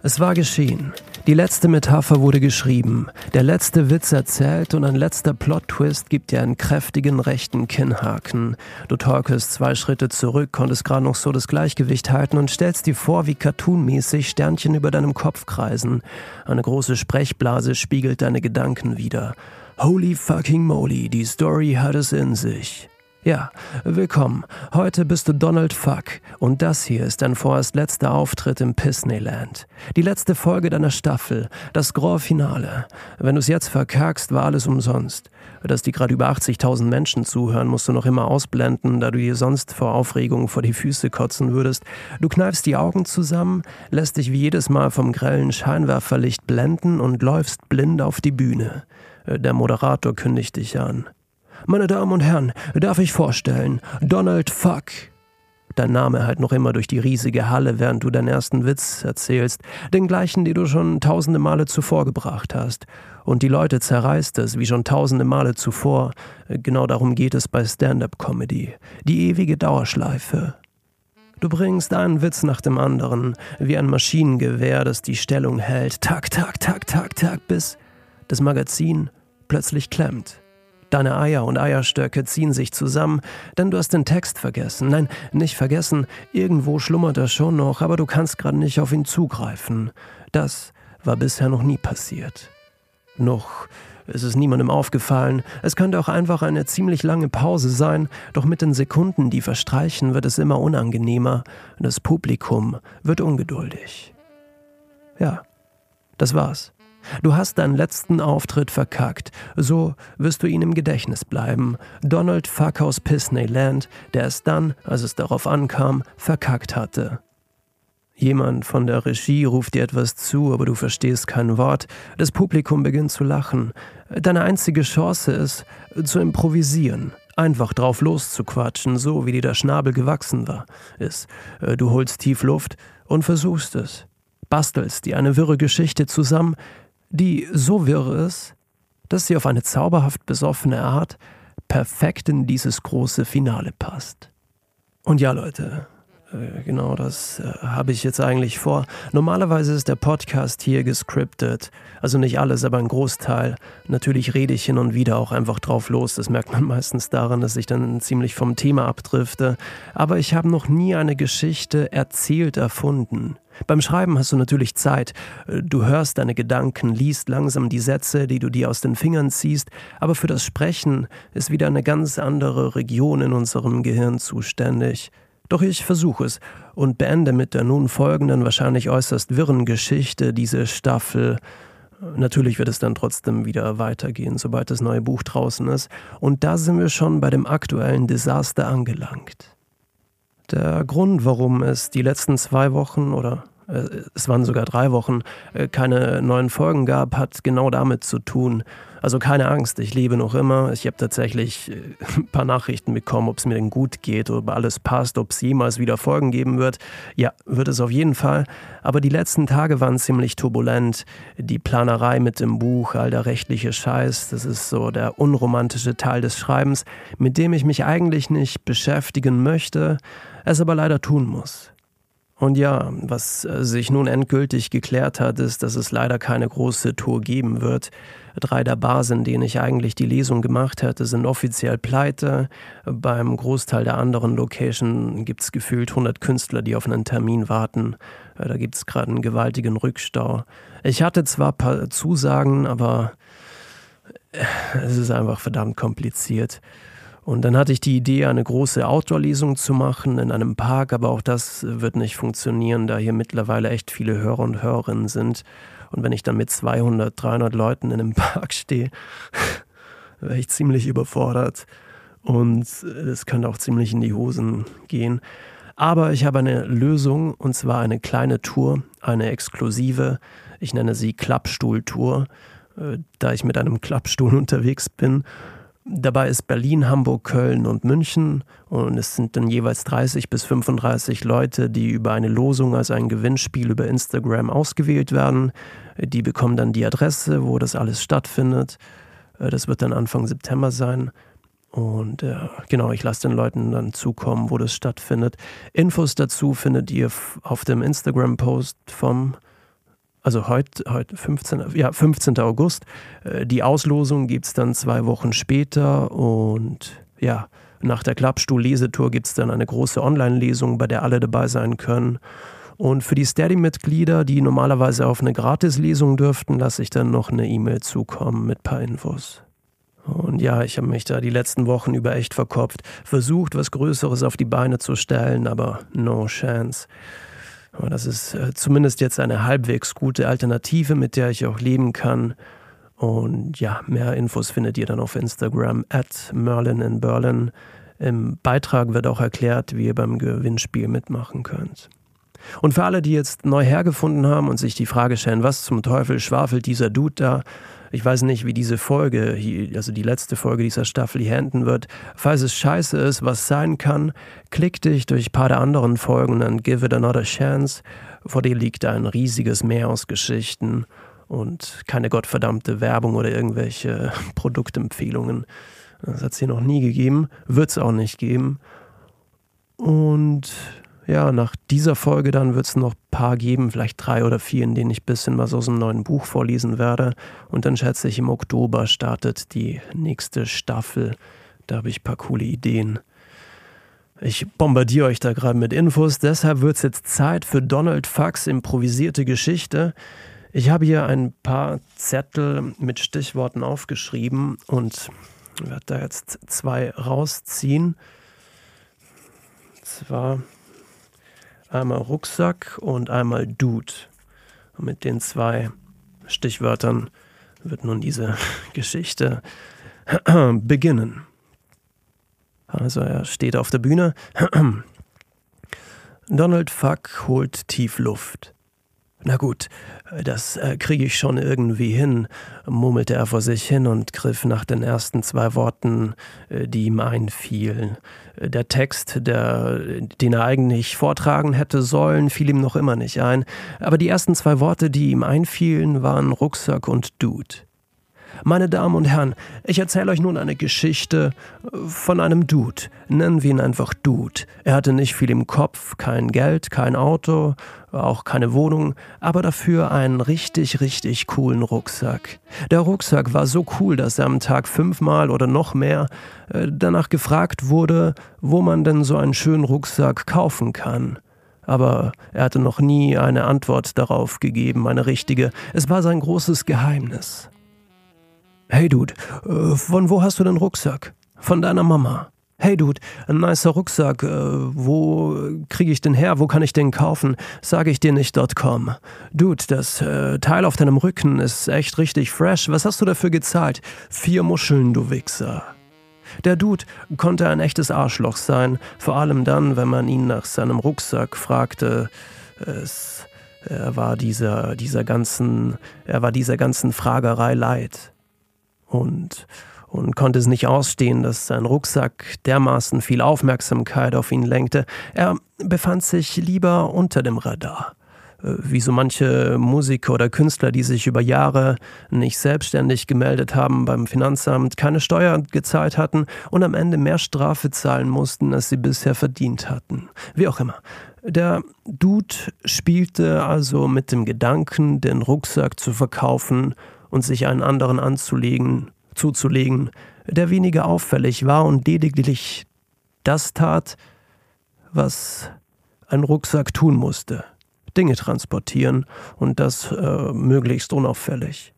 Es war geschehen. Die letzte Metapher wurde geschrieben, der letzte Witz erzählt und ein letzter Plot-Twist gibt dir einen kräftigen rechten Kinnhaken. Du torkelst 2 Schritte zurück, konntest gerade noch so das Gleichgewicht halten und stellst dir vor, wie cartoonmäßig Sternchen über deinem Kopf kreisen. Eine große Sprechblase spiegelt deine Gedanken wider. Holy fucking moly, die Story hat es in sich. Ja, willkommen. Heute bist du Donald Fuck und das hier ist dein vorerst letzter Auftritt im Disneyland. Die letzte Folge deiner Staffel, das Grand Finale. Wenn du es jetzt verkackst, war alles umsonst. Dass die gerade über 80.000 Menschen zuhören, musst du noch immer ausblenden, da du dir sonst vor Aufregung vor die Füße kotzen würdest. Du kneifst die Augen zusammen, lässt dich wie jedes Mal vom grellen Scheinwerferlicht blenden und läufst blind auf die Bühne. Der Moderator kündigt dich an. Meine Damen und Herren, darf ich vorstellen, Donald Fuck. Dein Name halt noch immer durch die riesige Halle, während du deinen ersten Witz erzählst, den gleichen, den du schon tausende Male zuvor gebracht hast. Und die Leute zerreißt es, wie schon tausende Male zuvor. Genau darum geht es bei Stand-up-Comedy. Die ewige Dauerschleife. Du bringst einen Witz nach dem anderen, wie ein Maschinengewehr, das die Stellung hält. Tak, tak, tak, tak, tak, bis das Magazin plötzlich klemmt. Deine Eier und Eierstöcke ziehen sich zusammen, denn du hast den Text vergessen. Nein, nicht vergessen, irgendwo schlummert er schon noch, aber du kannst gerade nicht auf ihn zugreifen. Das war bisher noch nie passiert. Noch ist es niemandem aufgefallen. Es könnte auch einfach eine ziemlich lange Pause sein, doch mit den Sekunden, die verstreichen, wird es immer unangenehmer. Das Publikum wird ungeduldig. Ja, das war's. Du hast deinen letzten Auftritt verkackt. So wirst du ihn im Gedächtnis bleiben. Donald Fuck aus Disneyland, der es dann, als es darauf ankam, verkackt hatte. Jemand von der Regie ruft dir etwas zu, aber du verstehst kein Wort. Das Publikum beginnt zu lachen. Deine einzige Chance ist, zu improvisieren. Einfach drauf loszuquatschen, so wie dir der Schnabel gewachsen ist. Du holst tief Luft und versuchst es. Bastelst dir eine wirre Geschichte zusammen, die so wirr ist, dass sie auf eine zauberhaft besoffene Art perfekt in dieses große Finale passt. Und ja, Leute, genau das habe ich jetzt eigentlich vor. Normalerweise ist der Podcast hier gescriptet, also nicht alles, aber ein Großteil. Natürlich rede ich hin und wieder auch einfach drauf los, das merkt man meistens daran, dass ich dann ziemlich vom Thema abdrifte. Aber ich habe noch nie eine Geschichte erzählt erfunden. Beim Schreiben hast du natürlich Zeit. Du hörst deine Gedanken, liest langsam die Sätze, die du dir aus den Fingern ziehst, aber für das Sprechen ist wieder eine ganz andere Region in unserem Gehirn zuständig. Doch ich versuche es und beende mit der nun folgenden, wahrscheinlich äußerst wirren Geschichte diese Staffel. Natürlich wird es dann trotzdem wieder weitergehen, sobald das neue Buch draußen ist. Und da sind wir schon bei dem aktuellen Desaster angelangt. Der Grund, warum es die letzten 2 Wochen oder es waren sogar 3 Wochen keine neuen Folgen gab, hat genau damit zu tun. Also keine Angst, ich lebe noch immer. Ich habe tatsächlich ein paar Nachrichten bekommen, ob es mir denn gut geht, ob alles passt, ob es jemals wieder Folgen geben wird. Ja, wird es auf jeden Fall. Aber die letzten Tage waren ziemlich turbulent. Die Planerei mit dem Buch, all der rechtliche Scheiß, das ist so der unromantische Teil des Schreibens, mit dem ich mich eigentlich nicht beschäftigen möchte, es aber leider tun muss. Und ja, was sich nun endgültig geklärt hat, ist, dass es leider keine große Tour geben wird. 3 der Bars, in denen ich eigentlich die Lesung gemacht hätte, sind offiziell pleite. Beim Großteil der anderen Location gibt es gefühlt 100 Künstler, die auf einen Termin warten. Da gibt es gerade einen gewaltigen Rückstau. Ich hatte zwar ein paar Zusagen, aber es ist einfach verdammt kompliziert. Und dann hatte ich die Idee, eine große Outdoor-Lesung zu machen in einem Park, aber auch das wird nicht funktionieren, da hier mittlerweile echt viele Hörer und Hörerinnen sind. Und wenn ich dann mit 200, 300 Leuten in einem Park stehe, wäre ich ziemlich überfordert. Und es könnte auch ziemlich in die Hosen gehen. Aber ich habe eine Lösung, und zwar eine kleine Tour, eine exklusive. Ich nenne sie Klappstuhl-Tour, da ich mit einem Klappstuhl unterwegs bin. Dabei ist Berlin, Hamburg, Köln und München und es sind dann jeweils 30 bis 35 Leute, die über eine Losung, also ein Gewinnspiel über Instagram ausgewählt werden. Die bekommen dann die Adresse, wo das alles stattfindet. Das wird dann Anfang September sein. Und genau, ich lasse den Leuten dann zukommen, wo das stattfindet. Infos dazu findet ihr auf dem Instagram-Post vom also heute 15. August. Die Auslosung gibt es dann 2 Wochen später und ja, nach der Klappstuhl-Lesetour gibt es dann eine große Online-Lesung, bei der alle dabei sein können. Und für die Steady-Mitglieder, die normalerweise auf eine Gratislesung dürften, lasse ich dann noch eine E-Mail zukommen mit ein paar Infos. Und ja, ich habe mich da die letzten Wochen über echt verkopft, versucht, was Größeres auf die Beine zu stellen, aber no chance. Aber das ist zumindest jetzt eine halbwegs gute Alternative, mit der ich auch leben kann. Und ja, mehr Infos findet ihr dann auf Instagram @merlininberlin. Im Beitrag wird auch erklärt, wie ihr beim Gewinnspiel mitmachen könnt. Und für alle, die jetzt neu hergefunden haben und sich die Frage stellen, was zum Teufel schwafelt dieser Dude da? Ich weiß nicht, wie diese Folge, also die letzte Folge dieser Staffel hier enden wird. Falls es scheiße ist, was sein kann, klick dich durch ein paar der anderen Folgen und give it another chance. Vor dir liegt ein riesiges Meer aus Geschichten und keine gottverdammte Werbung oder irgendwelche Produktempfehlungen. Das hat es hier noch nie gegeben, wird es auch nicht geben. Und ja, nach dieser Folge dann wird es noch ein paar geben, vielleicht 3 oder 4, in denen ich ein bisschen was aus dem neuen Buch vorlesen werde. Und dann schätze ich, im Oktober startet die nächste Staffel. Da habe ich ein paar coole Ideen. Ich bombardiere euch da gerade mit Infos, deshalb wird es jetzt Zeit für Donald Fucks improvisierte Geschichte. Ich habe hier ein paar Zettel mit Stichworten aufgeschrieben und werde da jetzt 2 rausziehen. Und zwar einmal Rucksack und einmal Dude. Und mit den 2 Stichwörtern wird nun diese Geschichte beginnen. Also er steht auf der Bühne. Donald Fuck holt tief Luft. Na gut, das kriege ich schon irgendwie hin, murmelte er vor sich hin und griff nach den ersten 2 Worten, die ihm einfielen. Der Text, den er eigentlich vortragen hätte sollen, fiel ihm noch immer nicht ein. Aber die ersten 2 Worte, die ihm einfielen, waren Rucksack und Dude. Meine Damen und Herren, ich erzähle euch nun eine Geschichte von einem Dude. Nennen wir ihn einfach Dude. Er hatte nicht viel im Kopf, kein Geld, kein Auto, auch keine Wohnung, aber dafür einen richtig, richtig coolen Rucksack. Der Rucksack war so cool, dass er am Tag 5-mal oder noch mehr danach gefragt wurde, wo man denn so einen schönen Rucksack kaufen kann. Aber er hatte noch nie eine Antwort darauf gegeben, eine richtige. Es war sein großes Geheimnis. Hey Dude, von wo hast du den Rucksack? Von deiner Mama. Hey Dude, ein nicer Rucksack, wo kriege ich den her, wo kann ich den kaufen? Sage ich dir nicht.com. Dude, das Teil auf deinem Rücken ist echt richtig fresh, was hast du dafür gezahlt? 4 Muscheln, du Wichser. Der Dude konnte ein echtes Arschloch sein, vor allem dann, wenn man ihn nach seinem Rucksack fragte. Er war dieser ganzen Fragerei leid. Und konnte es nicht ausstehen, dass sein Rucksack dermaßen viel Aufmerksamkeit auf ihn lenkte. Er befand sich lieber unter dem Radar. Wie so manche Musiker oder Künstler, die sich über Jahre nicht selbstständig gemeldet haben beim Finanzamt, keine Steuer gezahlt hatten und am Ende mehr Strafe zahlen mussten, als sie bisher verdient hatten. Wie auch immer. Der Dude spielte also mit dem Gedanken, den Rucksack zu verkaufen und sich einen anderen zuzulegen, der weniger auffällig war und lediglich das tat, was ein Rucksack tun musste. Dinge transportieren und das möglichst unauffällig.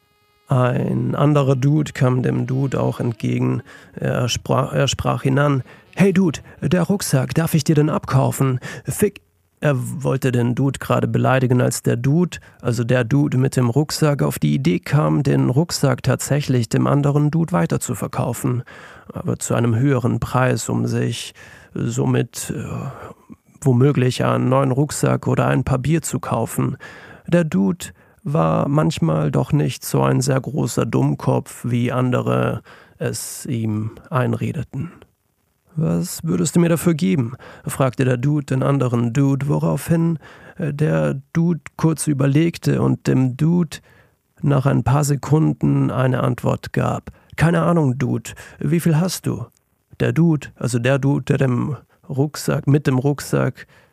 Ein anderer Dude kam dem Dude auch entgegen. Er sprach ihn an. Hey Dude, der Rucksack, darf ich dir den abkaufen? Fick. Er wollte den Dude gerade beleidigen, als der Dude, also der Dude mit dem Rucksack, auf die Idee kam, den Rucksack tatsächlich dem anderen Dude weiterzuverkaufen, aber zu einem höheren Preis, um sich somit womöglich einen neuen Rucksack oder ein paar Bier zu kaufen. Der Dude war manchmal doch nicht so ein sehr großer Dummkopf, wie andere es ihm einredeten. »Was würdest du mir dafür geben?« fragte der Dude den anderen Dude, woraufhin der Dude kurz überlegte und dem Dude nach ein paar Sekunden eine Antwort gab. »Keine Ahnung, Dude. Wie viel hast du?« Der Dude, der mit dem Rucksack,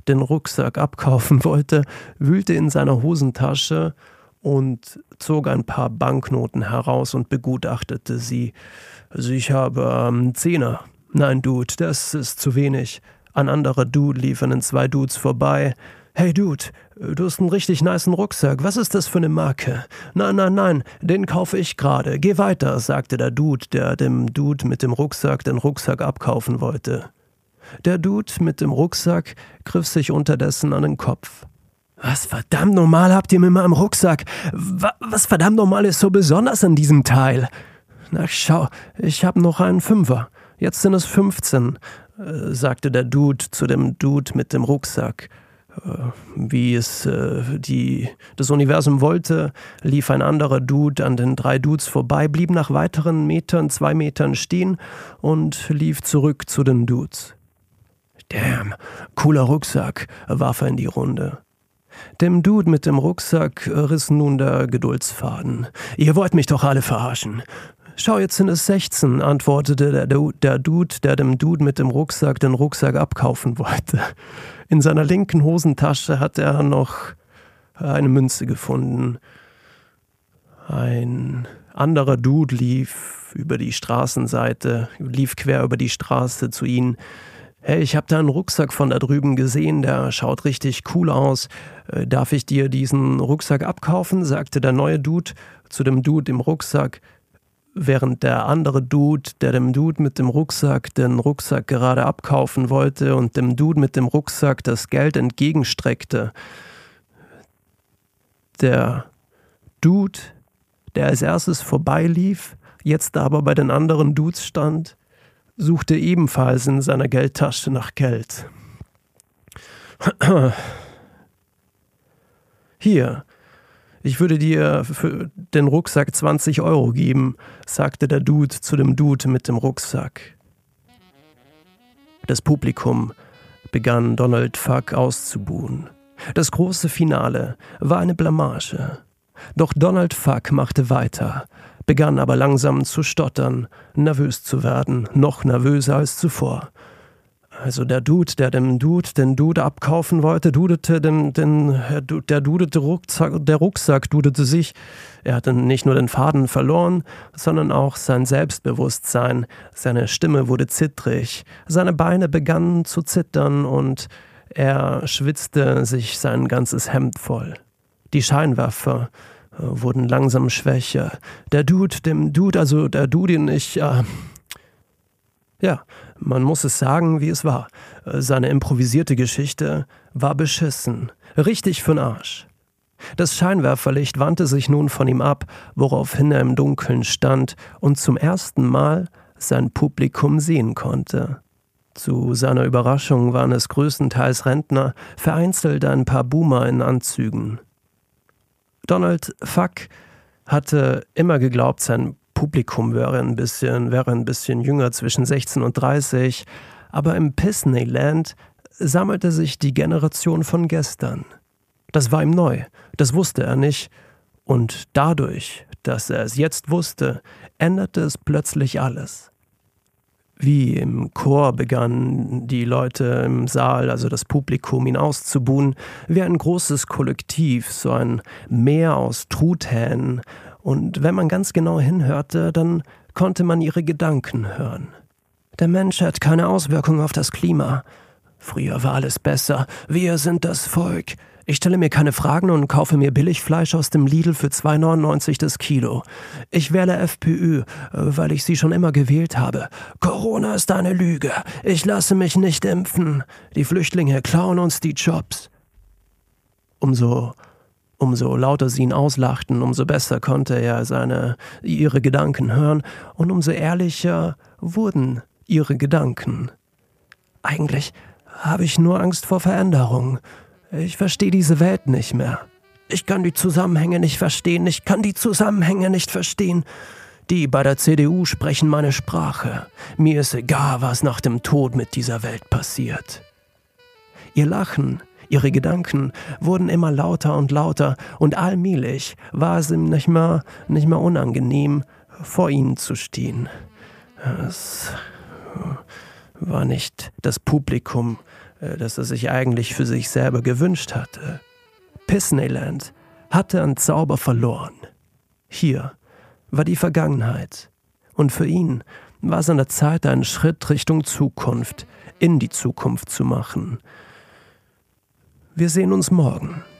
den Rucksack abkaufen wollte, wühlte in seiner Hosentasche und zog ein paar Banknoten heraus und begutachtete sie. Also ich habe Zehner. Nein, Dude, das ist zu wenig. Ein anderer Dude lief an den 2 Dudes vorbei. Hey Dude, du hast einen richtig nicen Rucksack. Was ist das für eine Marke? Nein, den kaufe ich gerade. Geh weiter, sagte der Dude, der dem Dude mit dem Rucksack den Rucksack abkaufen wollte. Der Dude mit dem Rucksack griff sich unterdessen an den Kopf. Was verdammt normal habt ihr mit meinem Rucksack? Was verdammt normal ist so besonders an diesem Teil? Na schau, ich hab noch einen 5er. Jetzt sind es 15, sagte der Dude zu dem Dude mit dem Rucksack. Wie es das Universum wollte, lief ein anderer Dude an den 3 Dudes vorbei, blieb nach weiteren 2 Metern stehen und lief zurück zu den Dudes. Damn, cooler Rucksack, warf er in die Runde. Dem Dude mit dem Rucksack riss nun der Geduldsfaden. Ihr wollt mich doch alle verarschen. Schau, jetzt sind es 16, antwortete der Dude, der dem Dude mit dem Rucksack den Rucksack abkaufen wollte. In seiner linken Hosentasche hat er noch eine Münze gefunden. Ein anderer Dude lief quer über die Straße zu ihnen. Hey, ich habe da einen Rucksack von da drüben gesehen, der schaut richtig cool aus. Darf ich dir diesen Rucksack abkaufen? Sagte der neue Dude zu dem Dude im Rucksack, während der andere Dude, der dem Dude mit dem Rucksack den Rucksack gerade abkaufen wollte und dem Dude mit dem Rucksack das Geld entgegenstreckte. Der Dude, der als erstes vorbeilief, jetzt aber bei den anderen Dudes stand, suchte ebenfalls in seiner Geldtasche nach Geld. Hier, ich würde dir für den Rucksack 20 € geben, sagte der Dude zu dem Dude mit dem Rucksack. Das Publikum begann Donald Fuck auszubuhen. Das große Finale war eine Blamage. Doch Donald Fuck machte weiter, begann aber langsam zu stottern, nervös zu werden, noch nervöser als zuvor. Also der Dude, der dem Dude den Dude abkaufen wollte, der Rucksack dudete sich. Er hatte nicht nur den Faden verloren, sondern auch sein Selbstbewusstsein. Seine Stimme wurde zittrig, seine Beine begannen zu zittern und er schwitzte sich sein ganzes Hemd voll. Die Scheinwerfer wurden langsam schwächer. Der Dude, den ich, man muss es sagen, wie es war. Seine improvisierte Geschichte war beschissen. Richtig für'n Arsch. Das Scheinwerferlicht wandte sich nun von ihm ab, woraufhin er im Dunkeln stand und zum ersten Mal sein Publikum sehen konnte. Zu seiner Überraschung waren es größtenteils Rentner, vereinzelt ein paar Boomer in Anzügen. Donald Fuck hatte immer geglaubt, sein Publikum wäre ein bisschen jünger, zwischen 16 und 30, aber im Disneyland sammelte sich die Generation von gestern. Das war ihm neu, das wusste er nicht, und dadurch, dass er es jetzt wusste, änderte es plötzlich alles. Wie im Chor begannen die Leute im Saal, also das Publikum, ihn auszubuhen, wie ein großes Kollektiv, so ein Meer aus Truthähnen. Und wenn man ganz genau hinhörte, dann konnte man ihre Gedanken hören. Der Mensch hat keine Auswirkung auf das Klima. Früher war alles besser. Wir sind das Volk. Ich stelle mir keine Fragen und kaufe mir Billigfleisch aus dem Lidl für 2,99 das Kilo. Ich wähle FPÖ, weil ich sie schon immer gewählt habe. Corona ist eine Lüge. Ich lasse mich nicht impfen. Die Flüchtlinge klauen uns die Jobs. Umso lauter sie ihn auslachten, umso besser konnte er ihre Gedanken hören und umso ehrlicher wurden ihre Gedanken. Eigentlich habe ich nur Angst vor Veränderung. Ich verstehe diese Welt nicht mehr. Ich kann die Zusammenhänge nicht verstehen. Die bei der CDU sprechen meine Sprache. Mir ist egal, was nach dem Tod mit dieser Welt passiert. Ihr Lachen, ihre Gedanken wurden immer lauter und allmählich war es ihm nicht mehr unangenehm, vor ihnen zu stehen. Es war nicht das Publikum, das er sich eigentlich für sich selber gewünscht hatte. Pisneyland hatte an Zauber verloren. Hier war die Vergangenheit. Und für ihn war es an der Zeit, einen Schritt Richtung Zukunft, in die Zukunft zu machen. Wir sehen uns morgen.